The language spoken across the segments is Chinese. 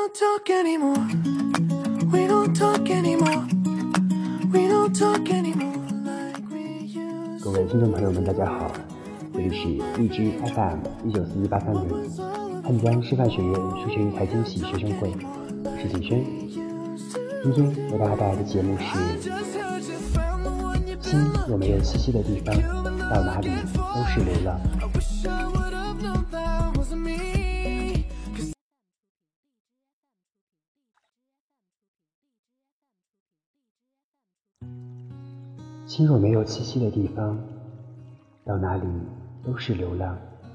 don't talk anymore. We don't talk anymore. We don't talk anymore like we used to. 各位听众朋友们，大家好，这里是荔枝 FM 194183汉江师范学院数学与财经系学生会，我是景轩。今天为大家带来的节目是心有没有栖息的地方，到哪里都是流浪。心若没有栖息的地方，到哪里都是流浪。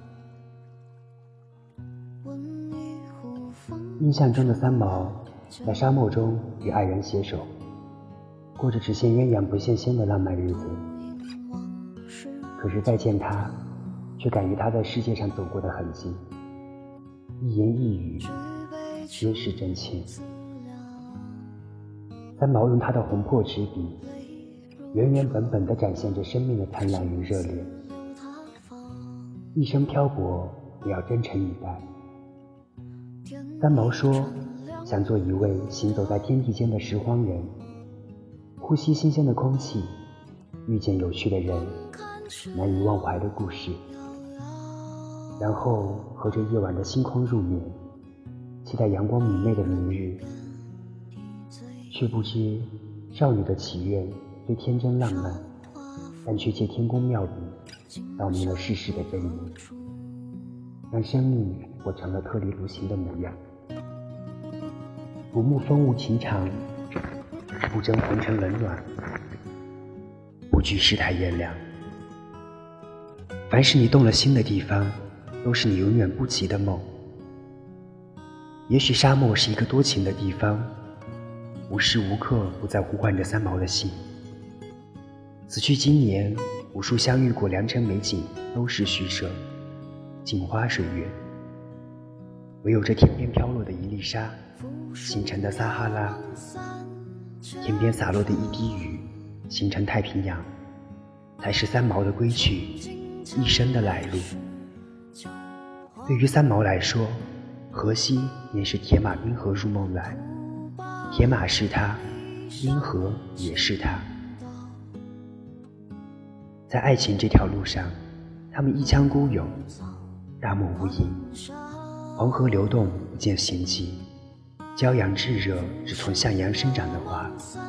印象中的三毛在沙漠中与爱人携手，过着只羡鸳鸯不羡仙的浪漫日子。可是再见他，却感于他在世界上走过的痕迹，一言一语皆是真情。三毛用他的红破纸笔，原原本本地展现着生命的贪婪与热烈。一生漂泊，也要真诚以待。三毛说，想做一位行走在天地间的拾荒人，呼吸新鲜的空气，遇见有趣的人，难以忘怀的故事，然后和着夜晚的星空入眠，期待阳光明媚的明日，却不知少女的祈愿最天真浪漫，但却借天公妙笔道明了世事的真理，让生命活成了特立独行的模样。不慕风物情长，不争红尘冷暖，不惧世态炎凉。凡是你动了心的地方，都是你永远不及的梦。也许沙漠是一个多情的地方，无时无刻不在呼唤着三毛的心。此去经年，无数相遇过良辰美景都是虚设，镜花水月。唯有这天边飘落的一粒沙，形成的撒哈拉，天边洒落的一滴雨，形成太平洋，才是三毛的归去，一生的来路。对于三毛来说，荷西便是铁马冰河入梦来，铁马是他，冰河也是他。在爱情这条路上，他们一腔孤勇，大漠无垠，黄河流动不见行迹，骄阳炙热只从向阳生长的花。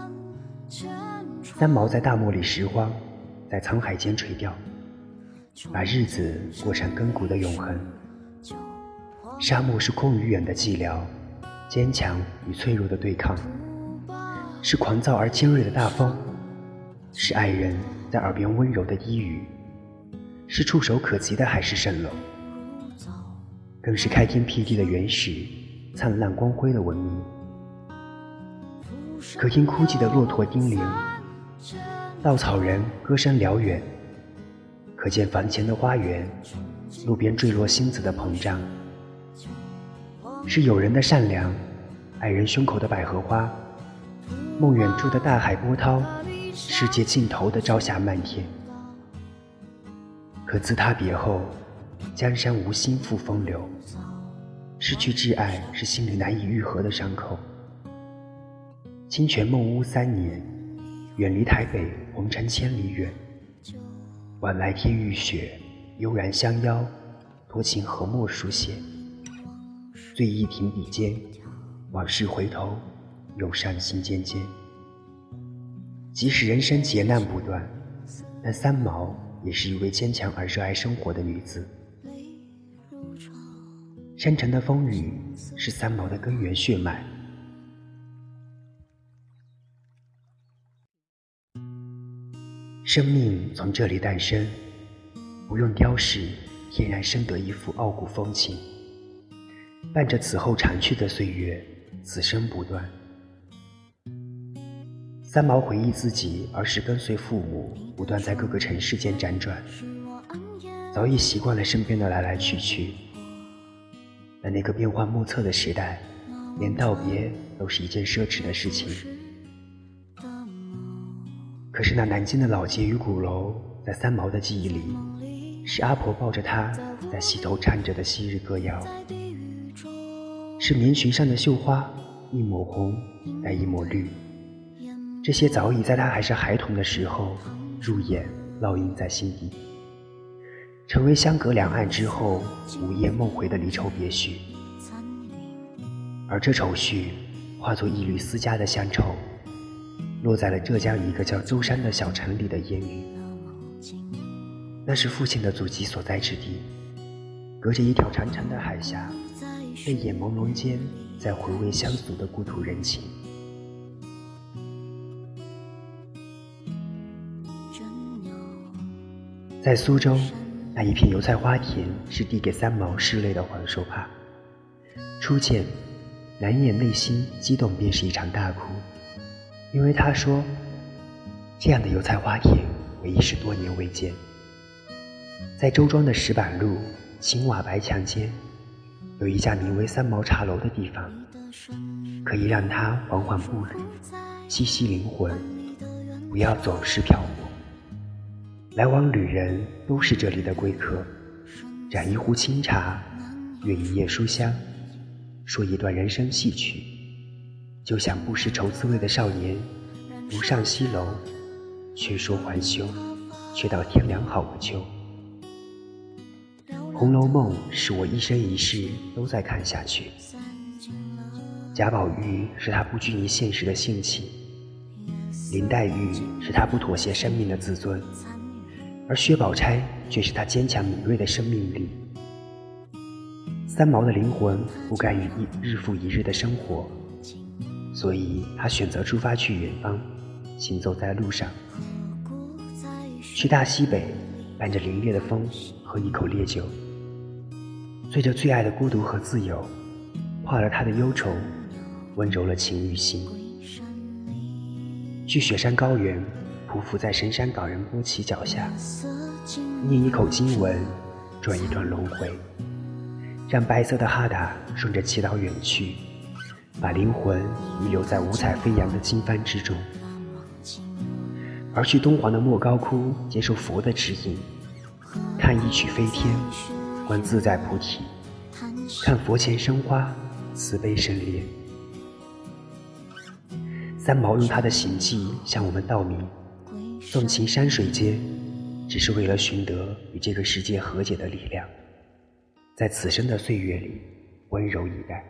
三毛在大漠里拾荒，在沧海间垂钓，把日子过上亘古的永恒。沙漠是空与远的寂寥，坚强与脆弱的对抗，是狂躁而尖锐的大风，是爱人在耳边温柔的低语，是触手可及的海市蜃楼，更是开天辟地的原始灿烂光辉的文明。可听枯寂的骆驼叮铃，稻草人歌声辽远，可见房前的花园，路边坠落星子的膨胀。是友人的善良，爱人胸口的百合花，梦远处的大海波涛，世界尽头的朝霞漫天。可自他别后，江山无心复风流，失去挚爱是心里难以愈合的伤口。清泉梦屋3年，远离台北红尘千里远，晚来天欲雪，悠然相邀，多情和墨书写。醉意停笔间，往事回头，涌上心间间。即使人生劫难不断，但三毛也是一位坚强而热爱生活的女子。深沉的风雨是三毛的根源血脉。生命从这里诞生，不用雕饰，天然生得一副傲骨风情。伴着此后长去的岁月，此生不断。三毛回忆自己儿时跟随父母不断在各个城市间辗转，早已习惯了身边的来来去去。在那个变幻莫测的时代，连道别都是一件奢侈的事情。可是那南京的老街与鼓楼，在三毛的记忆里，是阿婆抱着他在溪头唱着的昔日歌谣。 是棉裙上的绣花，一抹红带一抹绿，这些早已在他还是孩童的时候入眼烙印在心底，成为相隔两岸之后午夜梦回的离愁别绪。而这愁绪化作一缕思家的乡愁，落在了浙江一个叫舟山的小城里的烟雨。那是父亲的祖籍所在之地，隔着一条长长的海峡，泪眼朦胧间在回味乡俗的故土人情。在苏州，那一片油菜花田是递给三毛拭泪的黄手帕。初见，难掩内心激动，便是一场大哭，因为他说，这样的油菜花田我已是多年未见。在周庄的石板路青瓦白墙间，有一家名为三毛茶楼的地方，可以让他缓缓步履，栖息灵魂，不要总是漂泊。来往旅人都是这里的贵客，染一壶清茶，阅一页书香，说一段人生戏曲，就像不识愁滋味的少年，独上西楼，却说还休，却到天凉好个秋。《红楼梦》是我一生一世都在看下去。贾宝玉是他不拘泥现实的性情，林黛玉是他不妥协生命的自尊，而薛宝钗却是他坚强敏锐的生命力。三毛的灵魂不甘于日复一日的生活，所以他选择出发去远方，行走在路上，去大西北，伴着凛冽的风，喝一口烈酒，醉着最爱的孤独和自由，化了他的忧愁，温柔了情与心。去雪山高原，匍匐在神山冈仁波齐脚下，念一口经文，转一段轮回，让白色的哈达顺着祈祷远去，把灵魂遗留在五彩飞扬的经幡之中。而去东皇的莫高窟，接受佛的指引，看一曲飞天，观自在菩提，看佛前生花，慈悲生莲。三毛用他的行迹向我们道明，纵情山水间，只是为了寻得与这个世界和解的力量，在此生的岁月里温柔以待。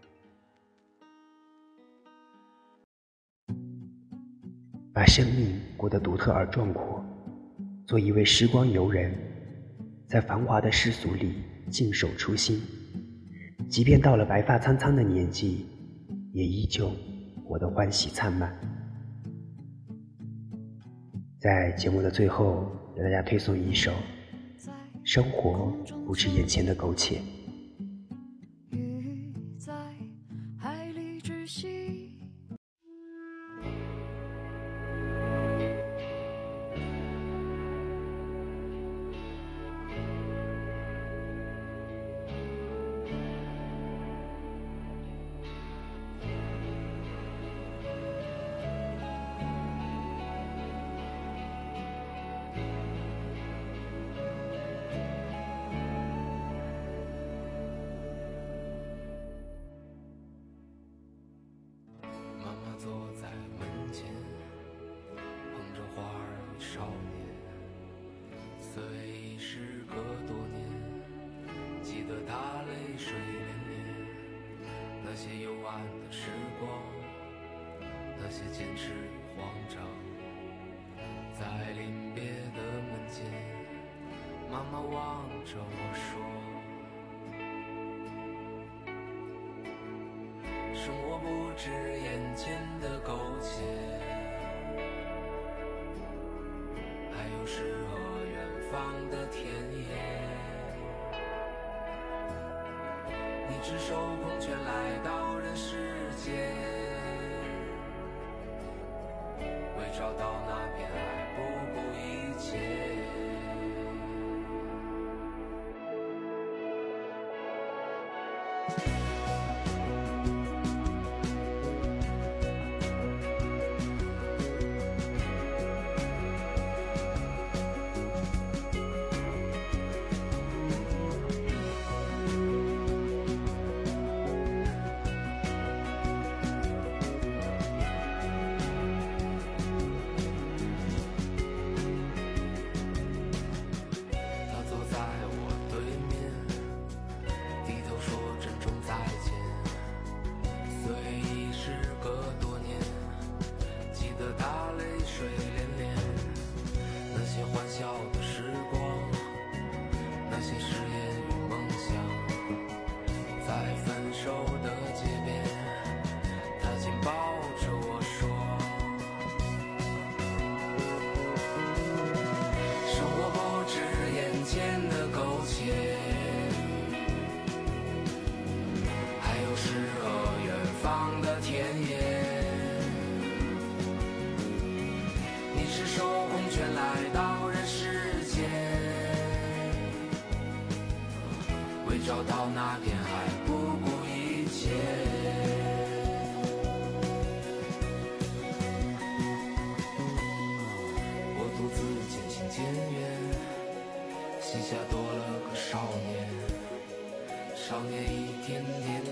把生命过得独特而壮阔，做一位时光游人，在繁华的世俗里静守初心，即便到了白发苍苍的年纪，也依旧活得欢喜灿烂。在节目的最后，给大家推送一首《生活不是眼前的苟且》。 鱼在海里窒息， 坐在门前，捧着花儿与少年。虽已时隔多年，记得他泪水涟涟。那些幽暗的时光，那些坚持与慌张，在临别的门前，妈妈望着我说，生活不止眼前的苟且，还有诗和远方的田野。你赤手空拳来到人世间，为找到那片爱不顾一切。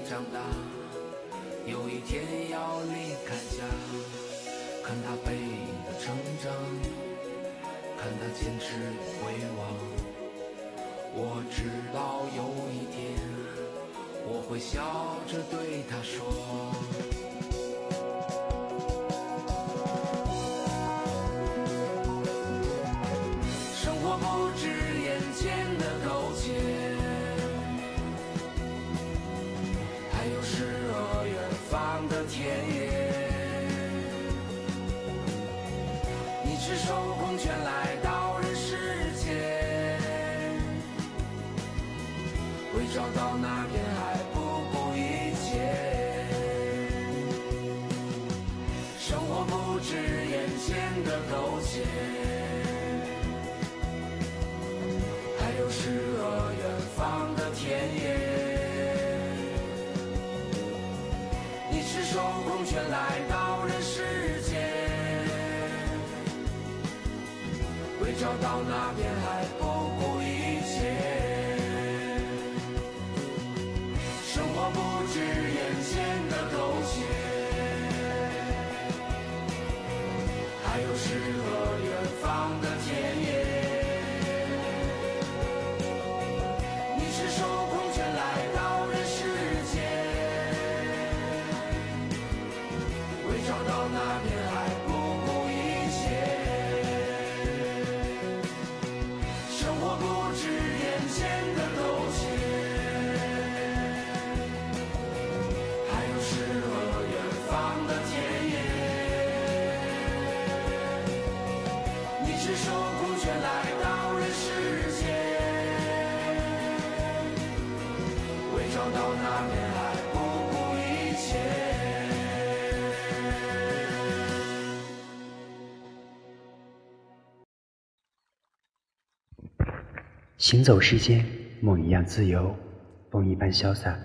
长大，有一天要离开家，看他背影的成长，看他坚持回望。我知道有一天我会笑着对他说，生活不止眼前的苟且，还有诗和远方的田野。你赤手空拳来到人世间，会找到那片海不顾一切。生活不止眼前的苟且，还有诗和远方的田野。你赤手空拳来到人世间，会找到那片海不顾一切。生活不止眼前的苟且，还有诗和远方的田野。你赤手空拳来到人世间，会找到那片海不顾一切。生活不止眼前的苟且，还有诗和远方的田野。你赤手空拳来到人世间，会找到那片海不顾一切。 行走世间，梦一样自由，风一般潇洒。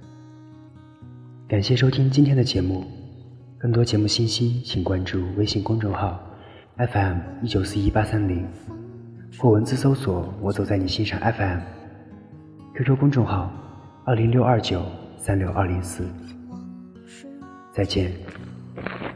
感谢收听今天的节目，更多节目信息请关注微信公众号 FM1941-830，或文字搜索我走在你心上 FM， QQ 公众号20629-36204。再见。